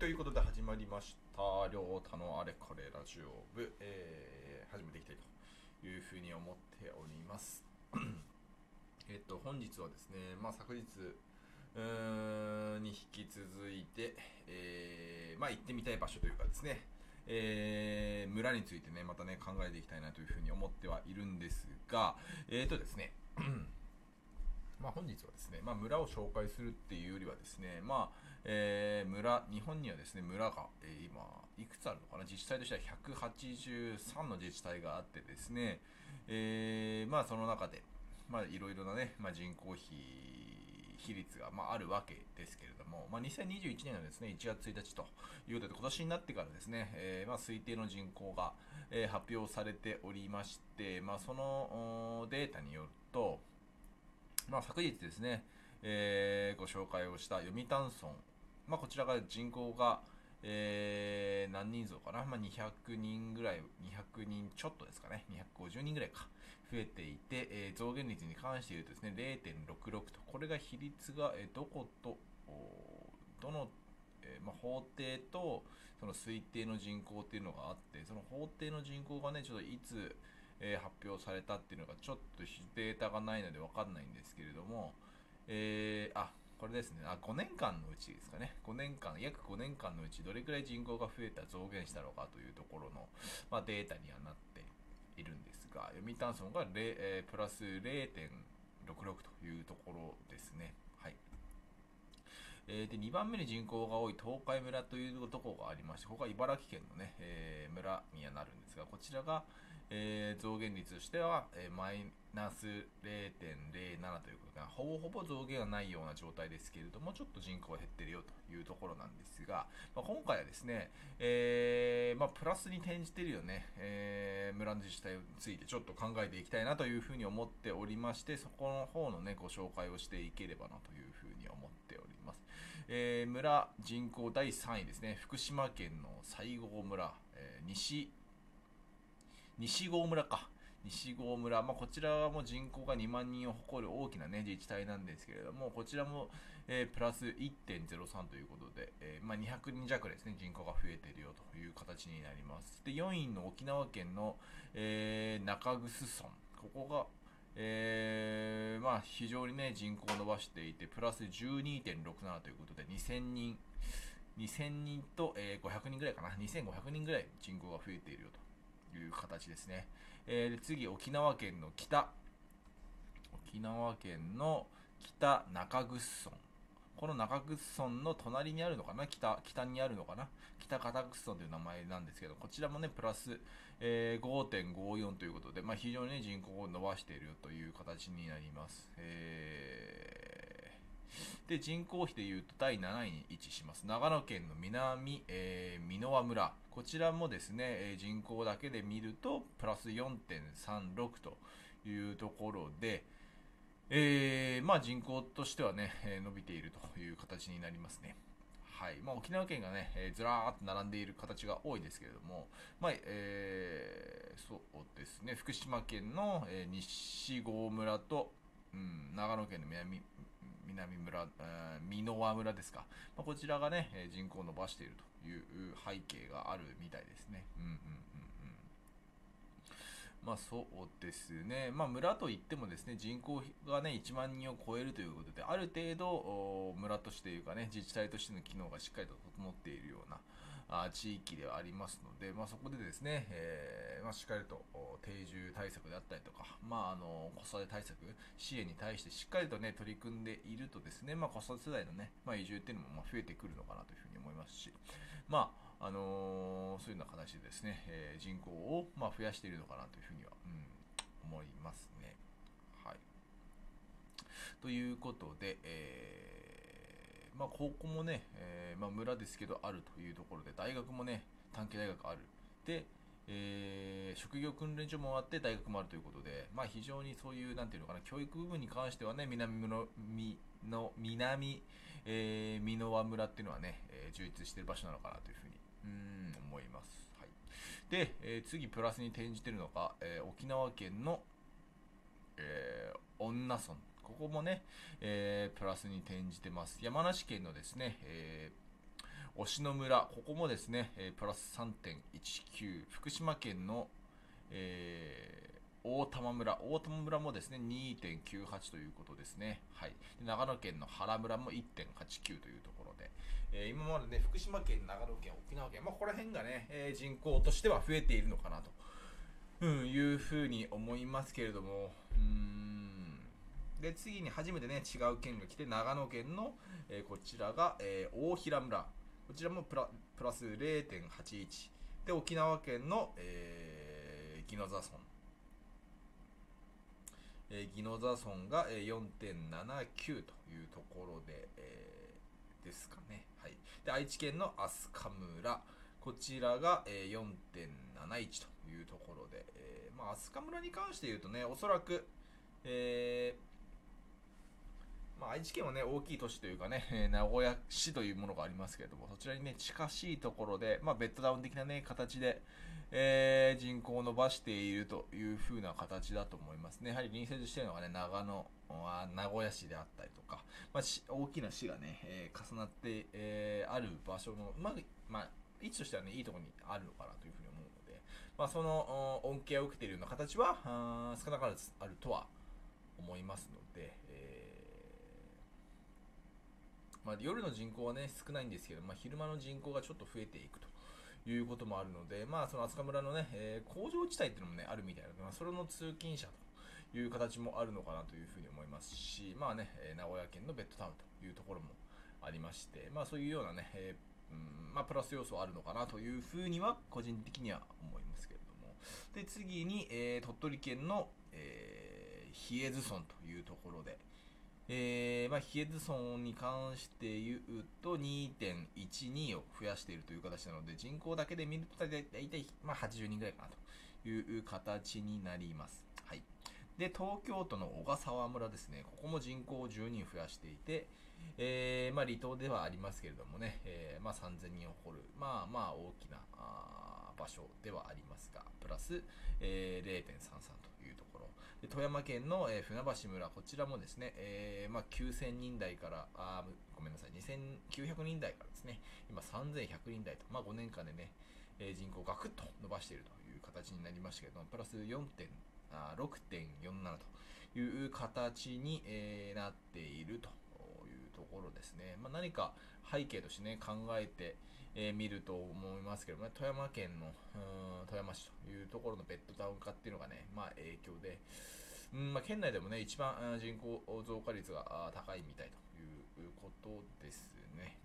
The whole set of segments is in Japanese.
ということで始まりました。りょうたのあれこれラジオ部、始めていきたいというふうに思っております。本日はですね、昨日に引き続いて、行ってみたい場所というかですね、村についてね、またね、考えていきたいなというふうに思ってはいるんですが、ですね、本日はですね、村を紹介するっていうよりはですね、日本にはですね、村が、今、いくつあるのかな、自治体としては183の自治体があってですね、その中で、いろいろなね、人口比率が、あるわけですけれども、2021年のですね、1月1日ということで、今年になってからですね、推定の人口が、発表されておりまして、そのデータによると、昨日ですね、ご紹介をした読谷村、こちらが人口が、何人増かな、200人ぐらい、200人ちょっとですかね、250人ぐらいか、増えていて、増減率に関して言うとですね、0.66と、これが比率が、どこと、どの、法定とその推定の人口っていうのがあって、その法定の人口がね、ちょっといつ発表されたっていうのがちょっとデータがないので分かんないんですけれども、これですね、5年間のうちですかね、約5年間のうちどれくらい人口が増えた、増減したのかというところの、データにはなっているんですが、読谷村が、プラス0.66というところですね。はい。で2番目に人口が多い東海村というところがありまして、ここは茨城県のね、村にはなるんですが、こちらが、増減率としては、マイナス0.07ということで、ほぼほぼ増減がないような状態ですけれども、ちょっと人口が減ってるよというところなんですが、今回はですね、プラスに転じているよね、村の自治体についてちょっと考えていきたいなというふうに思っておりまして、そこの方のね、ご紹介をしていければなというふうに思っております。村人口第3位ですね、福島県の西郷村、西郷村か。西郷村、こちらも人口が2万人を誇る大きな、ね、自治体なんですけれども、こちらも、プラス1.03ということで、200人弱ですね、人口が増えているよという形になります。で、4位の沖縄県の、中城村、ここが、非常にね、人口を伸ばしていて、プラス12.67ということで、2000人と、500人ぐらいかな、2500人ぐらい人口が増えているよという形ですね。で次、沖縄県の北中城村。この中城村の隣にあるのかな、北にあるのかな、北方城村という名前なんですけど、こちらもね、プラス、5.54ということで、非常に、ね、人口を伸ばしているという形になります。で、人口比でいうと第7位に位置します。長野県の箕輪村。こちらもですね、人口だけで見ると、プラス4.36というところで、人口としてはね、伸びているという形になりますね。はい。沖縄県がね、ずらーっと並んでいる形が多いですけれども、そうですね、福島県の、西郷村と、長野県の南村、箕輪村ですか。こちらがね、人口を伸ばしているという背景があるみたいですね。そうですね、村といってもですね、人口がね、1万人を超えるということで、ある程度、村としていうかね、自治体としての機能がしっかりと整っているような地域ではありますので、そこでですね、しっかりと定住対策であったりとか、子育て対策、支援に対してしっかりとね、取り組んでいるとですね、子育て世代のね、移住っていうのも増えてくるのかなというふうに思いますし、そういうような形でですね、人口を増やしているのかなというふうには、思いますね。はい。ということで、高校もね、村ですけどあるというところで、大学もね、短期大学ある。で、職業訓練所もあって大学もあるということで、非常にそういう、なんていうのかな、教育部分に関してはね、箕輪村っていうのはね、充実している場所なのかなというふうに思います。はい、で、次プラスに転じているのが、沖縄県の、恩納村。ここもね、プラスに転じてます。山梨県のですね、 忍野村、ここもですね、プラス 3.19、福島県の、大玉村もですね、2.98 ということですね。はい。で長野県の原村も 1.89 というところで、今までね、福島県、長野県、沖縄県、ここら辺がね、人口としては増えているのかなと、いうふうに思いますけれども、で、次に初めてね、違う県が来て、長野県の、こちらが、大平村。こちらもプラス 0.81。で、沖縄県の、宜野座村。宜野座村が 4.79 というところで、ですかね。はい。で、愛知県の飛鳥村。こちらが 4.71 というところで、飛鳥村に関して言うとね、おそらく、愛知県はね、大きい都市というかね、名古屋市というものがありますけれども、そちらにね、近しいところで、ベッドダウン的なね、形で、人口を伸ばしているという風な形だと思いますね。やはり隣接しているのがね、名古屋市であったりとか、大きな市がね、重なって、ある場所の、位置としてはね、いいところにあるのかなというふうに思うので、その恩恵を受けているような形は少なからずあるとは思いますので、夜の人口はね少ないんですけど、昼間の人口がちょっと増えていくということもあるので、その飛鳥村のね、工場地帯っていうのもねあるみたいなので、それの通勤者という形もあるのかなというふうに思いますし、名古屋県のベッドタウンというところもありまして、そういうようなね、プラス要素あるのかなというふうには個人的には思いますけれども、で次に、鳥取県の、比叡津村というところで、比叡津村に関して言うと 2.12 を増やしているという形なので、人口だけで見ると大体80人ぐらいかなという形になります。はい。で、東京都の小笠原村ですね、ここも人口を10人増やしていて、離島ではありますけれどもね、3000人を誇る、大きな場所ではありますが、プラス、0.33というところ。で富山県の、船橋村、こちらもですね、9000人台から、ごめんなさい、2900人台からですね、今3100人台と、5年間でね、人口をガクッと伸ばしているという形になりましたけれども、プラス6.47という形に、なっているというところですね。何か背景としてね、考えて、見ると思いますけどもね、富山県の富山市というところのベッドタウン化っていうのがね、影響で、県内でもね、一番人口増加率が高いみたいということですね。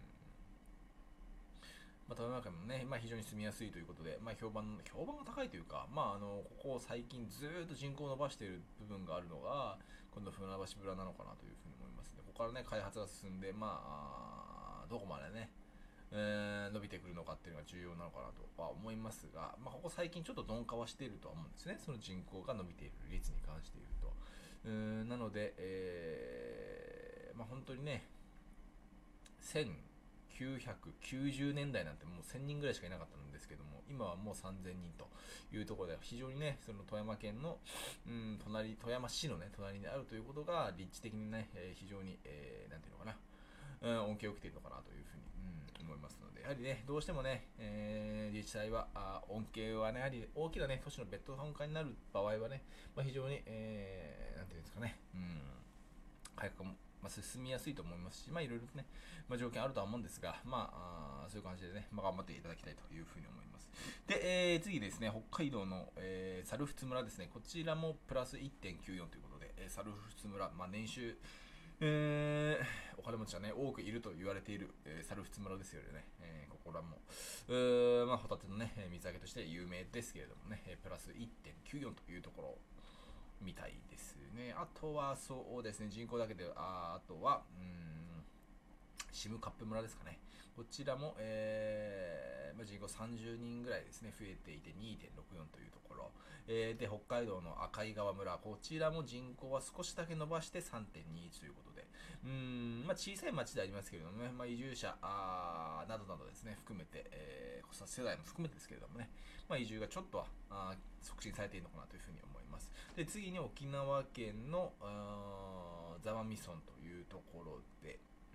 富山県もね、非常に住みやすいということで、評判が高いというか、ここ最近ずっと人口を伸ばしている部分があるのが、今度船橋村なのかなというふうに思いますね。ここからね、開発が進んで、どこまでね、伸びてくるのかっていうのが重要なのかなとは思いますが、ここ最近ちょっと鈍化はしているとは思うんですね。その人口が伸びている率に関して言うと。なので、本当にね、1990年代なんてもう1000人ぐらいしかいなかったんですけども、今はもう3000人というところで、非常にね、その富山県の、富山市のね、隣にあるということが、立地的にね、非常に、なんていうのかな、恩恵を受けているのかなというふうに、思いますので、やはりね、どうしてもね、自治体は、恩恵はね、やはり大きなね、都市のベッドタウン化になる場合はね、非常に、なんていうんですかね、改革も進みやすいと思いますし、いろいろとね、条件あるとは思うんですが、そういう感じでね、頑張っていただきたいというふうに思います。で、次ですね、北海道の、猿払村ですね、こちらもプラス 1.94 ということで、猿払村、年収、お金持ちはね、多くいると言われている、猿払村ですよね。ここらも、ホタテのね、水揚げとして有名ですけれどもね、プラス 1.94 というところみたいですね。あとはそうですね、人口だけで、あとは、シムカップ村ですかね。こちらも、人口30人ぐらいですね、増えていて 2.64 というところ。で、北海道の赤井川村、こちらも人口は少しだけ伸ばして 3.21 ということで、小さい町でありますけれどもね、移住者などなどですね、含めて、子育て世代も含めてですけれどもね、移住がちょっとは促進されているのかなというふうに思います。で、次に沖縄県の座間味村というところで、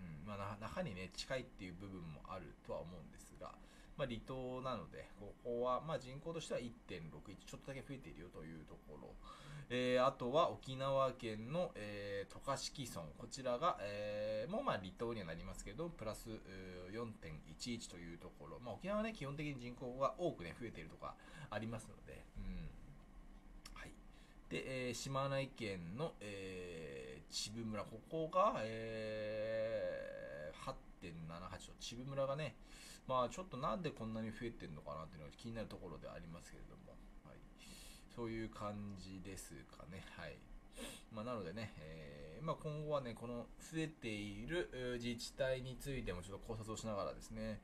那覇にね近いっていう部分もあるとは思うんですが、離島なのでここは人口としては1.61ちょっとだけ増えているよというところ、あとは沖縄県の、渡嘉敷村、こちらが、もう離島にはなりますけどプラス4.11というところ、沖縄はね基本的に人口が多くね増えているとかありますので、はい。で、島根県の、秩父村、ここが、8.78と、秩父村がね、ちょっとなんでこんなに増えてるのかなっていうのが気になるところではありますけれども、はい、そういう感じですかね。はい。なのでね、今後はね、この増えている自治体についてもちょっと考察をしながらですね、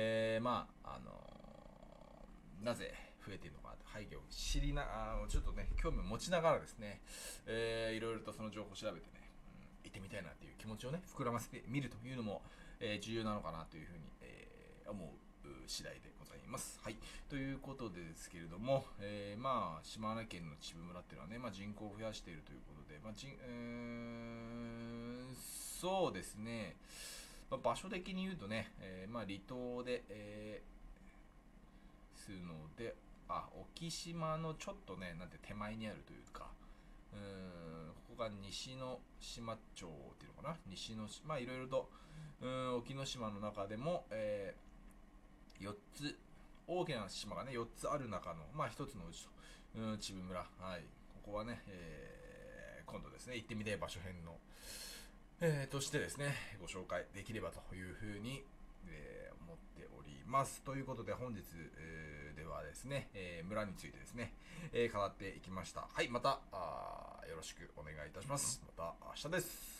なぜ増えているのか背景を知りなちょっとね興味を持ちながらですね、いろいろとその情報を調べてね、行ってみたいなという気持ちをね膨らませてみるというのも、重要なのかなというふうに、思う次第でございます。はい。ということでですけれども、島根県の秩父村っていうのはね、人口を増やしているということで、そうですね、場所的に言うとね、離島で、するので、沖島のちょっとね、なんて手前にあるというか、ここが西の島町っていうのかな、西の島、いろいろと、沖ノ島の中でも、4つ、大きな島がね、4つある中の、1つのうちと、秩父村、はい、ここはね、今度ですね、行ってみたい場所編の、としてですね、ご紹介できればというふうに、思っております。ということで本日、ではですね、村についてですね、語っていきました。はい、またよろしくお願いいたします。また明日です。